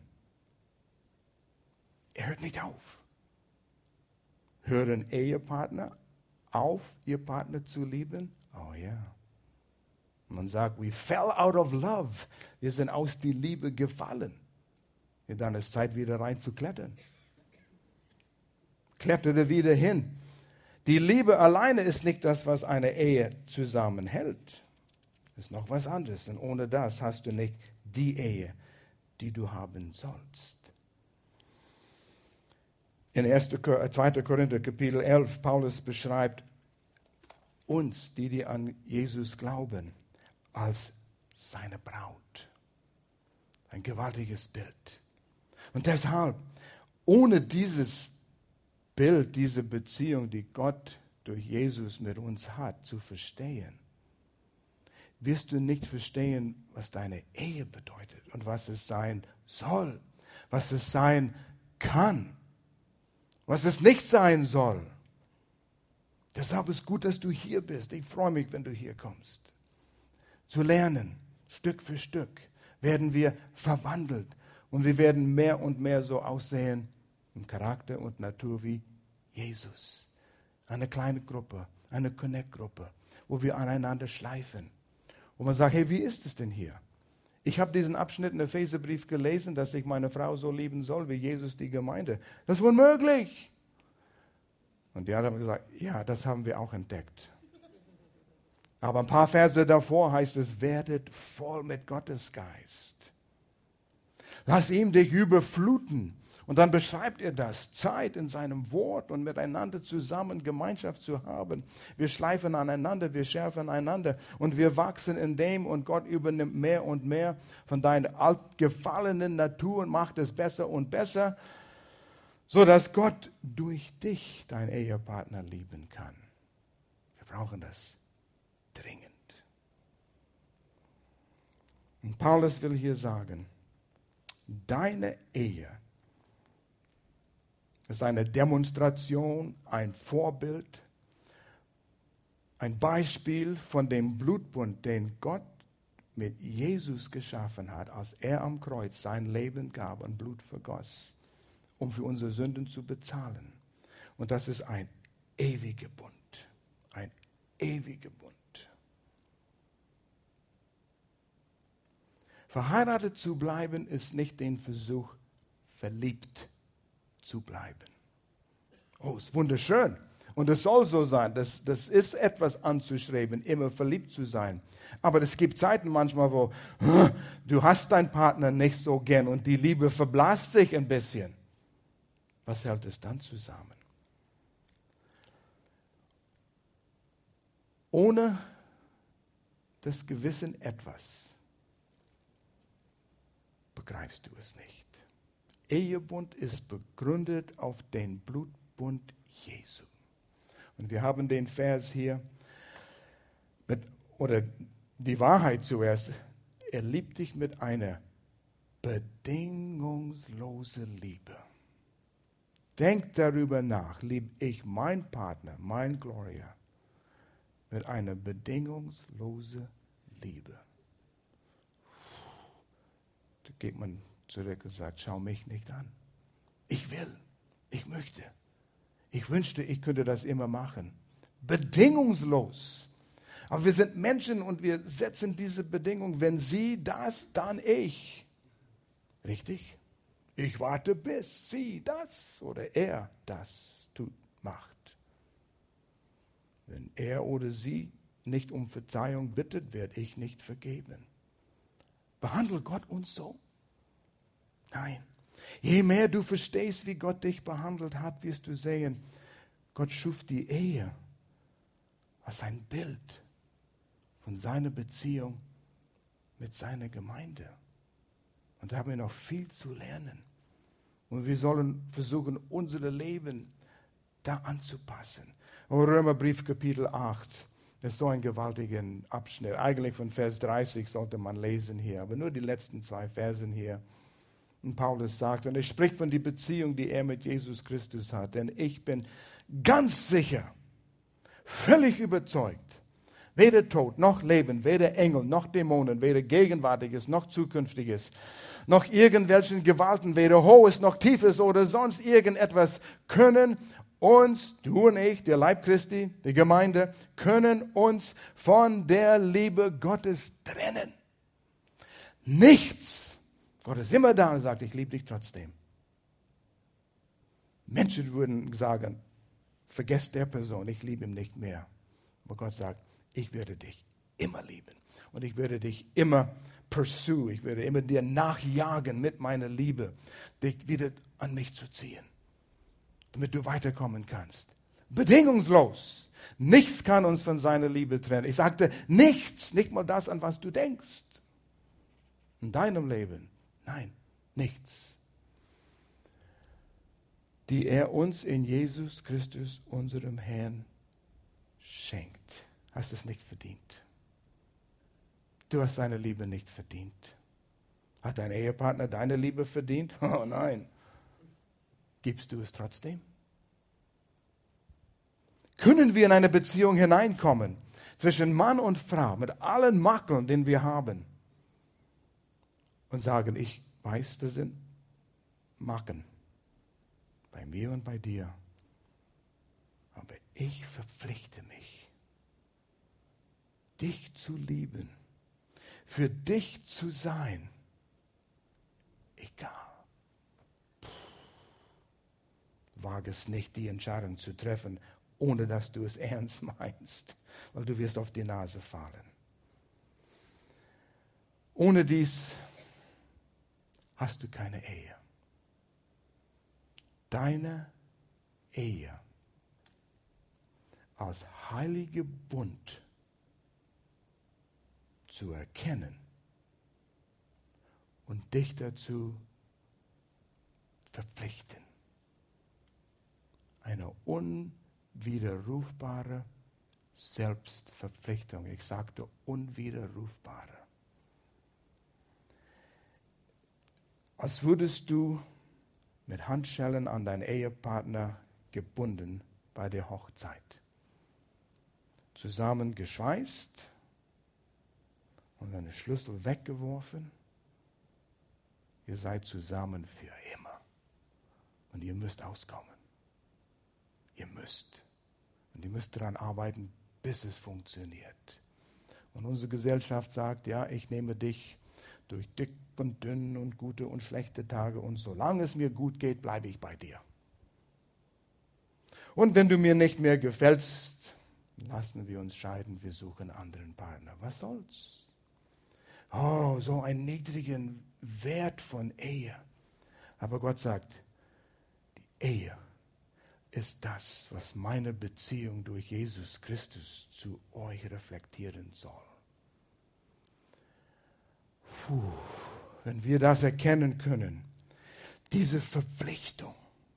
Er hört nicht auf. Hören Ehepartner auf, ihr Partner zu lieben? Oh ja. Man sagt, we fell out of love. Wir sind aus der Liebe gefallen. Und dann ist Zeit, wieder rein zu klettern. Klettere wieder hin. Die Liebe alleine ist nicht das, was eine Ehe zusammenhält. Das ist noch was anderes. Und ohne das hast du nicht die Ehe, die du haben sollst. In 2. Korinther Kapitel 11, Paulus beschreibt uns, die an Jesus glauben, als seine Braut. Ein gewaltiges Bild. Und deshalb, ohne dieses Bild, diese Beziehung, die Gott durch Jesus mit uns hat, zu verstehen, wirst du nicht verstehen, was deine Ehe bedeutet und was es sein soll, was es sein kann, was es nicht sein soll. Deshalb ist es gut, dass du hier bist. Ich freue mich, wenn du hier kommst. Zu lernen, Stück für Stück, werden wir verwandelt und wir werden mehr und mehr so aussehen im Charakter und Natur wie Jesus. Eine kleine Gruppe, eine Connect-Gruppe, wo wir aneinander schleifen. Wo man sagt, hey, wie ist es denn hier? Ich habe diesen Abschnitt in der Epheserbrief gelesen, dass ich meine Frau so lieben soll, wie Jesus die Gemeinde. Das ist unmöglich. Und die anderen haben gesagt, ja, das haben wir auch entdeckt. Aber ein paar Verse davor heißt es, werdet voll mit Gottes Geist. Lass ihm dich überfluten. Und dann beschreibt er das, Zeit in seinem Wort und miteinander zusammen Gemeinschaft zu haben. Wir schleifen aneinander, wir schärfen einander und wir wachsen in dem und Gott übernimmt mehr und mehr von deiner altgefallenen Natur und macht es besser und besser. sodass Gott durch dich deinen Ehepartner lieben kann. Wir brauchen das dringend. Und Paulus will hier sagen, deine Ehe ist eine Demonstration, ein Vorbild, ein Beispiel von dem Blutbund, den Gott mit Jesus geschaffen hat, als er am Kreuz sein Leben gab und Blut vergoss, um für unsere Sünden zu bezahlen. Und das ist ein ewiger Bund, ein ewiger Bund. Verheiratet zu bleiben ist nicht den Versuch, verliebt zu bleiben. Oh, ist wunderschön. Und es soll so sein. Das ist etwas anzustreben, immer verliebt zu sein. Aber es gibt Zeiten manchmal, wo du hast deinen Partner nicht so gern und die Liebe verblasst sich ein bisschen. Was hält es dann zusammen? Ohne das Gewissen etwas begreifst du es nicht. Ehebund ist begründet auf den Blutbund Jesu. Und wir haben den Vers hier, oder die Wahrheit zuerst. Er liebt dich mit einer bedingungslosen Liebe. Denk darüber nach, liebe ich meinen Partner, mein Gloria, mit einer bedingungslosen Liebe. Da geht man zurück und sagt, schau mich nicht an. Ich will, ich möchte. Ich wünschte, ich könnte das immer machen. Bedingungslos. Aber wir sind Menschen und wir setzen diese Bedingung, wenn sie das, dann ich. Richtig? Ich warte, bis sie das oder er das macht. Wenn er oder sie nicht um Verzeihung bittet, werde ich nicht vergeben. Behandelt Gott uns so? Nein. Je mehr du verstehst, wie Gott dich behandelt hat, wirst du sehen, Gott schuf die Ehe als ein Bild von seiner Beziehung mit seiner Gemeinde. Und da haben wir noch viel zu lernen. Und wir sollen versuchen, unser Leben da anzupassen. Römerbrief Kapitel 8, das ist so ein gewaltiger Abschnitt. Eigentlich von Vers 30 sollte man lesen hier, aber nur die letzten 2 Versen hier. Und Paulus sagt, und er spricht von der Beziehung, die er mit Jesus Christus hat. Denn ich bin ganz sicher, völlig überzeugt, weder Tod noch Leben, weder Engel noch Dämonen, weder Gegenwärtiges noch Zukünftiges, noch irgendwelchen Gewalten, weder Hohes noch Tiefes oder sonst irgendetwas können uns, du und ich, der Leib Christi, die Gemeinde, können uns von der Liebe Gottes trennen. Nichts. Gott ist immer da und sagt, ich liebe dich trotzdem. Menschen würden sagen, vergesst der Person, ich liebe ihn nicht mehr. Aber Gott sagt, ich werde dich immer lieben. Und ich werde dich immer pursue, ich werde immer dir nachjagen mit meiner Liebe, dich wieder an mich zu ziehen, damit du weiterkommen kannst. Bedingungslos. Nichts kann uns von seiner Liebe trennen. Ich sagte, nichts, nicht mal das, an was du denkst. In deinem Leben. Nein, nichts. Die er uns in Jesus Christus, unserem Herrn, schenkt. Hast es nicht verdient. Du hast seine Liebe nicht verdient. Hat dein Ehepartner deine Liebe verdient? Oh nein. Gibst du es trotzdem? Können wir in eine Beziehung hineinkommen zwischen Mann und Frau mit allen Makeln, die wir haben, und sagen, ich weiß, das sind Macken bei mir und bei dir, aber ich verpflichte mich, dich zu lieben, für dich zu sein, egal. Wage es nicht, die Entscheidung zu treffen, ohne dass du es ernst meinst, weil du wirst auf die Nase fallen. Ohne dies hast du keine Ehe. Deine Ehe als heiliger Bund zu erkennen und dich dazu verpflichten. eine unwiderrufbare Selbstverpflichtung. Ich sagte unwiderrufbare. Als würdest du mit Handschellen an deinen Ehepartner gebunden bei der Hochzeit. Zusammen geschweißt und deine Schlüssel weggeworfen. Ihr seid zusammen für immer. Und ihr müsst auskommen. Ihr müsst. Und ihr müsst daran arbeiten, bis es funktioniert. Und unsere Gesellschaft sagt, ja, ich nehme dich durch dick und dünn und gute und schlechte Tage und solange es mir gut geht, bleibe ich bei dir. Und wenn du mir nicht mehr gefällst, lassen wir uns scheiden, wir suchen einen anderen Partner. Was soll's? Oh, so einen niedrigen Wert von Ehe. Aber Gott sagt, die Ehe ist das, was meine Beziehung durch Jesus Christus zu euch reflektieren soll. Wenn wir das erkennen können, diese Verpflichtung.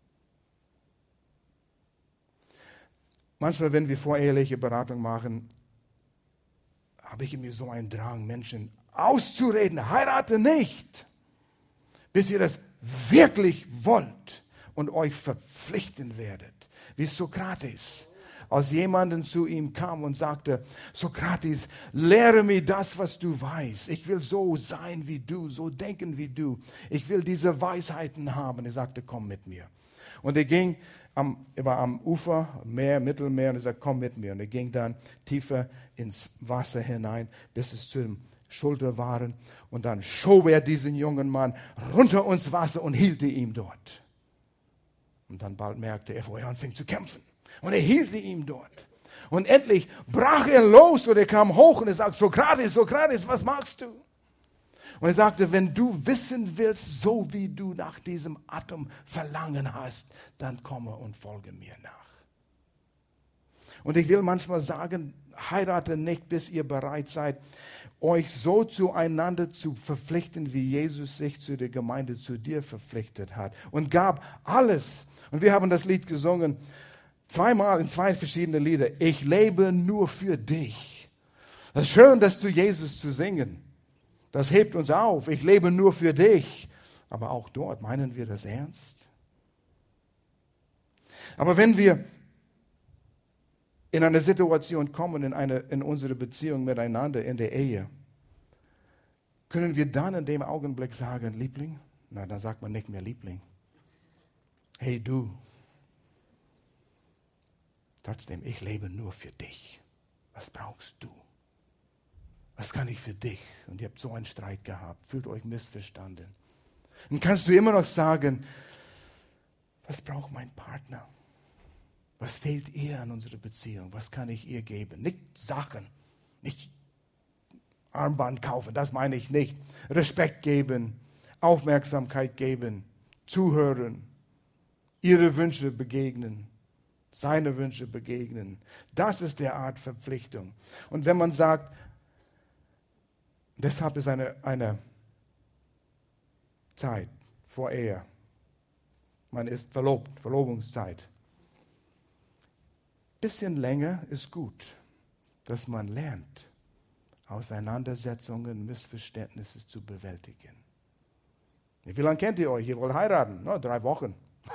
Manchmal, wenn wir voreheliche Beratung machen, habe ich in mir so einen Drang, Menschen auszureden, heirate nicht, bis ihr das wirklich wollt und euch verpflichten werdet. Wie Sokrates, als jemanden zu ihm kam und sagte, Sokrates, lehre mir das, was du weißt. Ich will so sein wie du, so denken wie du. Ich will diese Weisheiten haben. Er sagte, komm mit mir. Und er war am Ufer, Meer, Mittelmeer, und er sagte, komm mit mir. Und er ging dann tiefer ins Wasser hinein, bis es zu den Schulter waren. Und dann schob er diesen jungen Mann runter ins Wasser und hielt ihn dort. Und dann bald merkte er, wo er anfing zu kämpfen. Und er hielt ihn dort. Und endlich brach er los und er kam hoch und er sagte, Sokrates, Sokrates, was machst du? Und er sagte, wenn du wissen willst, so wie du nach diesem Atem Verlangen hast, dann komme und folge mir nach. Und ich will manchmal sagen, heirate nicht, bis ihr bereit seid, euch so zueinander zu verpflichten, wie Jesus sich zu der Gemeinde, zu dir verpflichtet hat. Und gab alles. Und wir haben das Lied gesungen, zweimal in zwei verschiedene Lieder. Ich lebe nur für dich. Das ist schön, das zu Jesus zu singen. Das hebt uns auf. Ich lebe nur für dich. Aber auch dort, meinen wir das ernst? Aber wenn wir in eine Situation kommen, in unsere Beziehung miteinander, in der Ehe, können wir dann in dem Augenblick sagen, Liebling? Na, dann sagt man nicht mehr Liebling. Hey du. Trotzdem, ich lebe nur für dich. Was brauchst du? Was kann ich für dich? Und ihr habt so einen Streit gehabt, fühlt euch missverstanden. Dann kannst du immer noch sagen, was braucht mein Partner? Was fehlt ihr an unserer Beziehung? Was kann ich ihr geben? Nicht Sachen, nicht Armband kaufen, das meine ich nicht. Respekt geben, Aufmerksamkeit geben, zuhören, ihre Wünsche begegnen, seine Wünsche begegnen. Das ist der Art Verpflichtung. Und wenn man sagt, deshalb ist eine Zeit vor Ehe, man ist verlobt, Verlobungszeit. Bisschen länger ist gut, dass man lernt, Auseinandersetzungen, Missverständnisse zu bewältigen. Wie lange kennt ihr euch? Ihr wollt heiraten? 3 Wochen.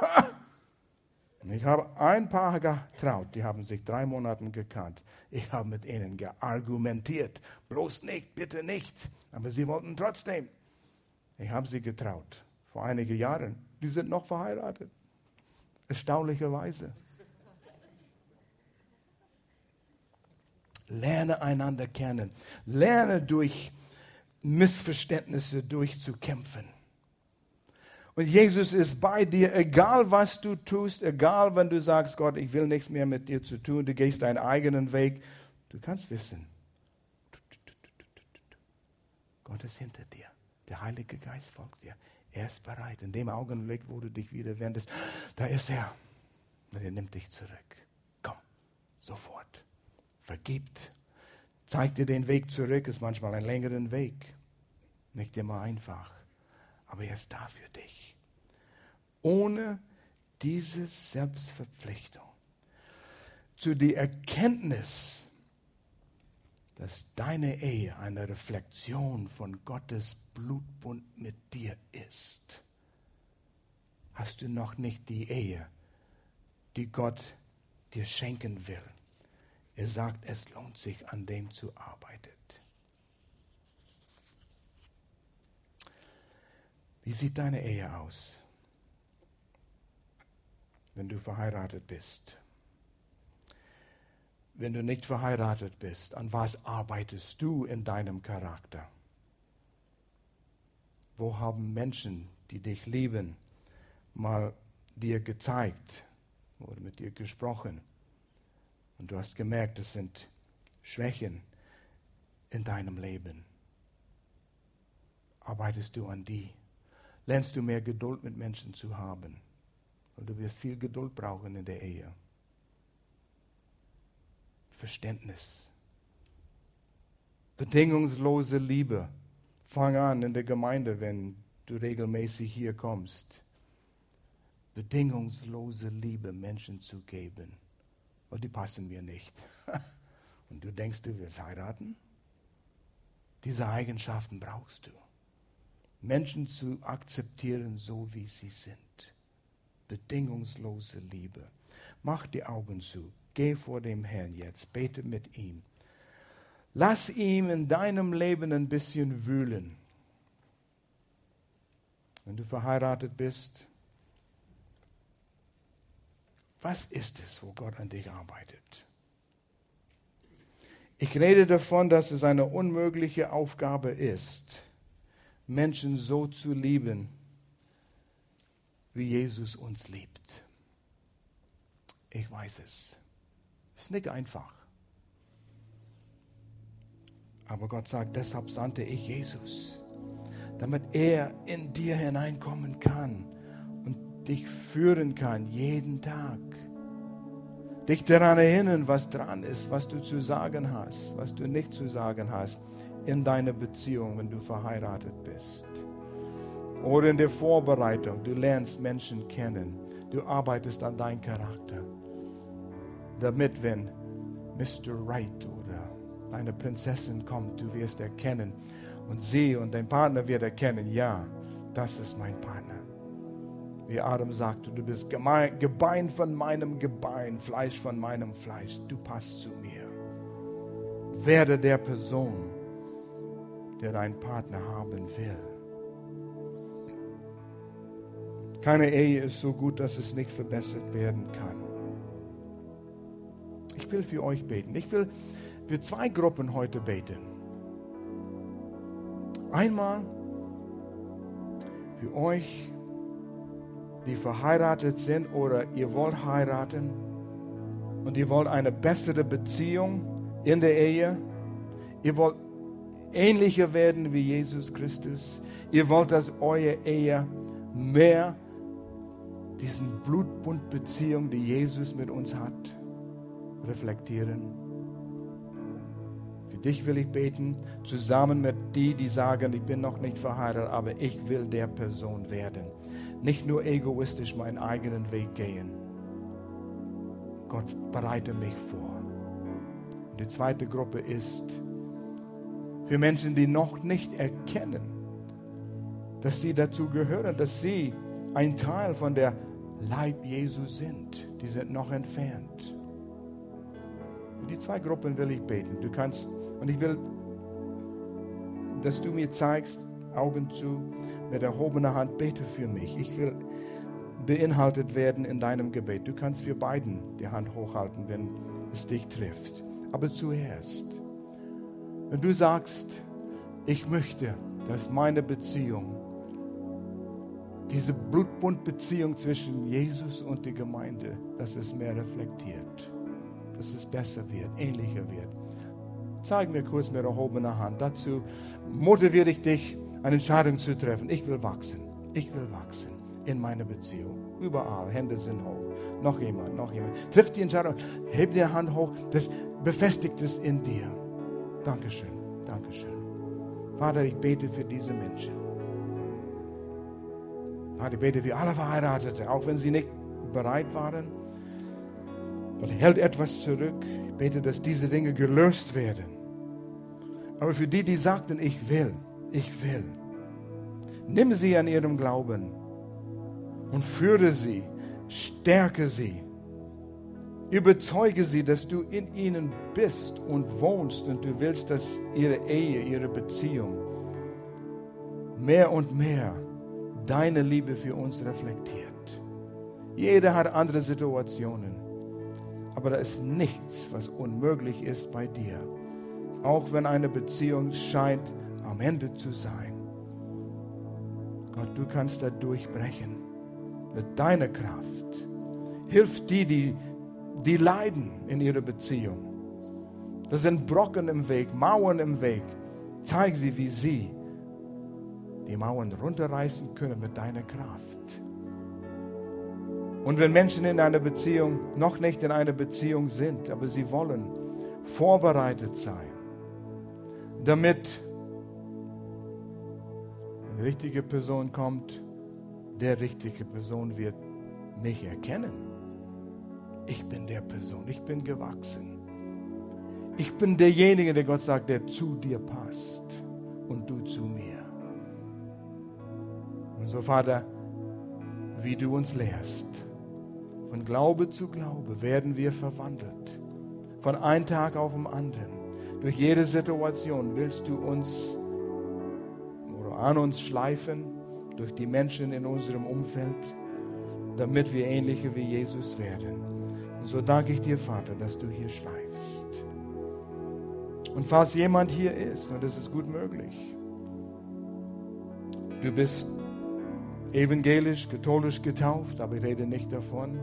Ich habe ein Paar getraut, die haben sich 3 Monate gekannt. Ich habe mit ihnen geargumentiert. Bloß nicht, bitte nicht. Aber sie wollten trotzdem. Ich habe sie getraut. Vor einigen Jahren. Die sind noch verheiratet. Erstaunlicherweise. Lerne einander kennen. Lerne durch Missverständnisse durchzukämpfen. Und Jesus ist bei dir, egal was du tust, egal wenn du sagst, Gott, ich will nichts mehr mit dir zu tun, du gehst deinen eigenen Weg. Du kannst wissen, Gott ist hinter dir. Der Heilige Geist folgt dir. Er ist bereit. In dem Augenblick, wo du dich wieder wendest, da ist er. Und er nimmt dich zurück. Komm, sofort. Vergibt. Zeigt dir den Weg zurück, ist manchmal ein längerer Weg. Nicht immer einfach. Aber er ist da für dich. Ohne diese Selbstverpflichtung, zu der Erkenntnis, dass deine Ehe eine Reflexion von Gottes Blutbund mit dir ist, hast du noch nicht die Ehe, die Gott dir schenken will. Er sagt, es lohnt sich, an dem zu arbeiten. Wie sieht deine Ehe aus, wenn du verheiratet bist? Wenn du nicht verheiratet bist, an was arbeitest du in deinem Charakter? Wo haben Menschen, die dich lieben, mal dir gezeigt oder mit dir gesprochen? Und du hast gemerkt, es sind Schwächen in deinem Leben. Arbeitest du an die? Lernst du mehr Geduld mit Menschen zu haben? Und du wirst viel Geduld brauchen in der Ehe. Verständnis. Bedingungslose Liebe. Fang an in der Gemeinde, wenn du regelmäßig hier kommst. Bedingungslose Liebe Menschen zu geben. Und die passen mir nicht. Und du denkst, du willst heiraten? Diese Eigenschaften brauchst du. Menschen zu akzeptieren, so wie sie sind. Bedingungslose Liebe. Mach die Augen zu. Geh vor dem Herrn jetzt. Bete mit ihm. Lass ihm in deinem Leben ein bisschen wühlen. Wenn du verheiratet bist, was ist es, wo Gott an dich arbeitet? Ich rede davon, dass es eine unmögliche Aufgabe ist, Menschen so zu lieben, wie Jesus uns liebt. Ich weiß es. Es ist nicht einfach. Aber Gott sagt, deshalb sandte ich Jesus, damit er in dir hineinkommen kann und dich führen kann jeden Tag. Dich daran erinnern, was dran ist, was du zu sagen hast, was du nicht zu sagen hast in deiner Beziehung, wenn du verheiratet bist. Oder in der Vorbereitung, du lernst Menschen kennen, du arbeitest an deinem Charakter, damit, wenn Mr. Right oder eine Prinzessin kommt, du wirst erkennen und sie und dein Partner wird erkennen, ja, das ist mein Partner. Wie Adam sagte, du bist Gebein von meinem Gebein, Fleisch von meinem Fleisch, du passt zu mir. Werde der Person, der einen Partner haben will. Keine Ehe ist so gut, dass es nicht verbessert werden kann. Ich will für euch beten. Ich will für zwei Gruppen heute beten. Einmal für euch, die verheiratet sind oder ihr wollt heiraten und ihr wollt eine bessere Beziehung in der Ehe. Ihr wollt ähnlicher werden wie Jesus Christus. Ihr wollt, dass eure Ehe mehr diesen Blutbundbeziehung, die Jesus mit uns hat, reflektieren. Für dich will ich beten, zusammen mit die sagen, ich bin noch nicht verheiratet, aber ich will der Person werden. Nicht nur egoistisch meinen eigenen Weg gehen. Gott, bereite mich vor. Und die zweite Gruppe ist für Menschen, die noch nicht erkennen, dass sie dazu gehören, dass sie ein Teil von der Leib Jesu sind. Die sind noch entfernt. Für die zwei Gruppen will ich beten. Du kannst, und ich will, dass du mir zeigst, Augen zu, mit erhobener Hand, bete für mich. Ich will beinhaltet werden in deinem Gebet. Du kannst für beiden die Hand hochhalten, wenn es dich trifft. Aber zuerst, wenn du sagst, ich möchte, dass meine Beziehung, diese Blutbundbeziehung zwischen Jesus und der Gemeinde, dass es mehr reflektiert, dass es besser wird, ähnlicher wird. Zeig mir kurz mit erhobener Hand. Dazu motiviere ich dich, eine Entscheidung zu treffen. Ich will wachsen. Ich will wachsen in meiner Beziehung. Überall, Hände sind hoch. Noch jemand, noch jemand. Triff die Entscheidung, heb die Hand hoch, das befestigt es in dir. Dankeschön, Dankeschön. Vater, ich bete für diese Menschen. Vater, ich bete für alle Verheiratete, auch wenn sie nicht bereit waren. Weil er hält etwas zurück. Ich bete, dass diese Dinge gelöst werden. Aber für die, die sagten, ich will, nimm sie an ihrem Glauben und führe sie, stärke sie. Überzeuge sie, dass du in ihnen bist und wohnst und du willst, dass ihre Ehe, ihre Beziehung mehr und mehr deine Liebe für uns reflektiert. Jeder hat andere Situationen, aber da ist nichts, was unmöglich ist bei dir. Auch wenn eine Beziehung scheint, am Ende zu sein. Gott, du kannst da durchbrechen mit deiner Kraft. Hilf die leiden in ihrer Beziehung. Das sind Brocken im Weg, Mauern im Weg. Zeig sie, wie sie die Mauern runterreißen können mit deiner Kraft. Und wenn Menschen in einer Beziehung noch nicht in einer Beziehung sind, aber sie wollen vorbereitet sein, damit eine richtige Person kommt, der richtige Person wird mich erkennen. Ich bin der Person, ich bin gewachsen. Ich bin derjenige, der Gott sagt, der zu dir passt und du zu mir. Und so, Vater, wie du uns lehrst, von Glaube zu Glaube werden wir verwandelt. Von einem Tag auf den anderen. Durch jede Situation willst du uns oder an uns schleifen, durch die Menschen in unserem Umfeld, damit wir ähnlicher wie Jesus werden. Und so danke ich dir, Vater, dass du hier schleifst. Und falls jemand hier ist, und das ist gut möglich, du bist evangelisch, katholisch getauft, aber ich rede nicht davon.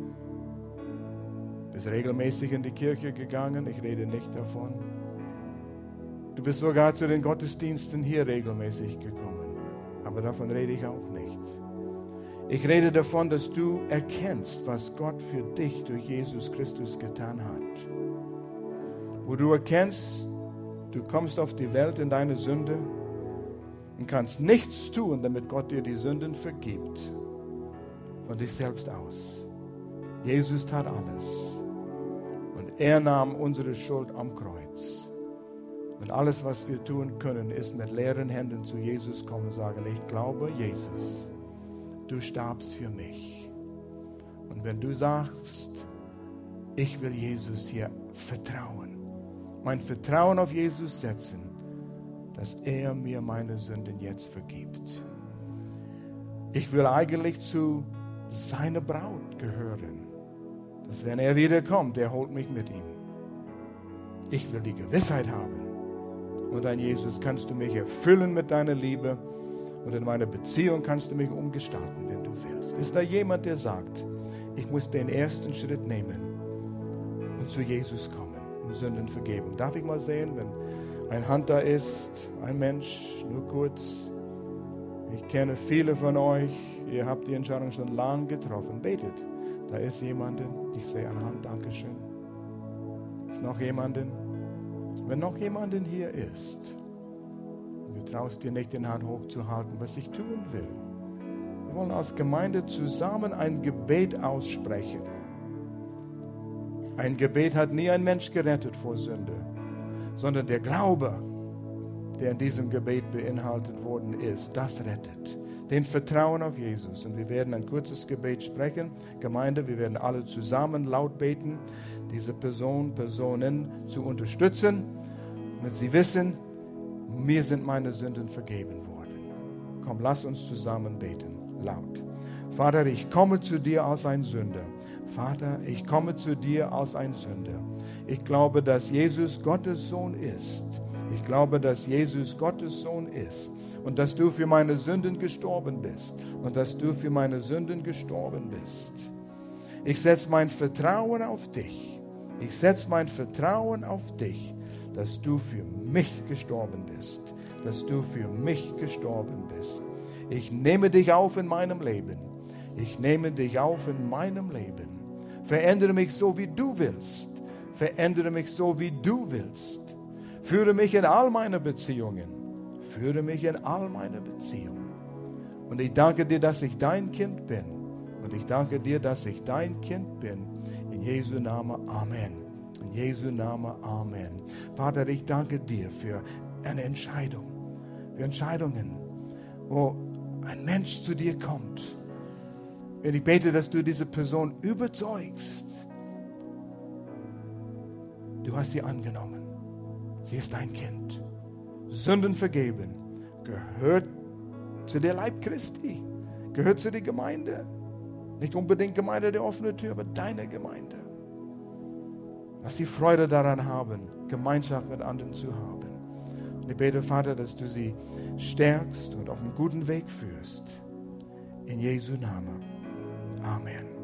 Du bist regelmäßig in die Kirche gegangen, ich rede nicht davon. Du bist sogar zu den Gottesdiensten hier regelmäßig gekommen, aber davon rede ich auch nicht. Ich rede davon, dass du erkennst, was Gott für dich durch Jesus Christus getan hat. Wo du erkennst, du kommst auf die Welt in deine Sünde und kannst nichts tun, damit Gott dir die Sünden vergibt, von dich selbst aus. Jesus tat alles und er nahm unsere Schuld am Kreuz. Und alles, was wir tun können, ist mit leeren Händen zu Jesus kommen und sagen, ich glaube, Jesus, du starbst für mich. Und wenn du sagst, ich will Jesus hier vertrauen, mein Vertrauen auf Jesus setzen, dass er mir meine Sünden jetzt vergibt. Ich will eigentlich zu seiner Braut gehören, dass wenn er wiederkommt, er holt mich mit ihm. Ich will die Gewissheit haben. Und an Jesus kannst du mich erfüllen mit deiner Liebe und in meiner Beziehung kannst du mich umgestalten, wenn du willst. Ist da jemand, der sagt, ich muss den ersten Schritt nehmen und zu Jesus kommen, um Sündenvergebung? Darf ich mal sehen, wenn ein Hand da ist, ein Mensch, nur kurz. Ich kenne viele von euch, ihr habt die Entscheidung schon lange getroffen. Betet. Da ist jemanden, ich sehe eine Hand, Dankeschön. Ist noch jemanden? Wenn noch jemanden hier ist, du traust dir nicht, den Hand hochzuhalten, was ich tun will. Wir wollen als Gemeinde zusammen ein Gebet aussprechen. Ein Gebet hat nie ein Mensch gerettet vor Sünde, sondern der Glaube, der in diesem Gebet beinhaltet worden ist, das rettet. Den Vertrauen auf Jesus. Und wir werden ein kurzes Gebet sprechen. Gemeinde, wir werden alle zusammen laut beten, diese Personen zu unterstützen, damit sie wissen, mir sind meine Sünden vergeben worden. Komm, lass uns zusammen beten, laut. Vater, ich komme zu dir als ein Sünder. Vater, ich komme zu dir als ein Sünder. Ich glaube, dass Jesus Gottes Sohn ist. Ich glaube, dass Jesus Gottes Sohn ist und dass du für meine Sünden gestorben bist und dass du für meine Sünden gestorben bist. Ich setze mein Vertrauen auf dich. Ich setze mein Vertrauen auf dich, dass du für mich gestorben bist, dass du für mich gestorben bist. Ich nehme dich auf in meinem Leben. Ich nehme dich auf in meinem Leben. Verändere mich so, wie du willst. Verändere mich so, wie du willst. Führe mich in all meine Beziehungen. Führe mich in all meine Beziehungen. Und ich danke dir, dass ich dein Kind bin Und ich danke dir, dass ich dein Kind bin. In Jesu Namen, Amen. In Jesu Namen, Amen. Vater, ich danke dir für eine Entscheidung, für Entscheidungen, wo ein Mensch zu dir kommt. Und ich bete, dass du diese Person überzeugst. Du hast sie angenommen. Sie ist dein Kind. Sünden vergeben. Gehört zu der Leib Christi. Gehört zu der Gemeinde. Nicht unbedingt Gemeinde der offenen Tür, aber deine Gemeinde. Dass sie Freude daran haben, Gemeinschaft mit anderen zu haben. Und ich bete, Vater, dass du sie stärkst und auf einen guten Weg führst. In Jesu Namen. Amen.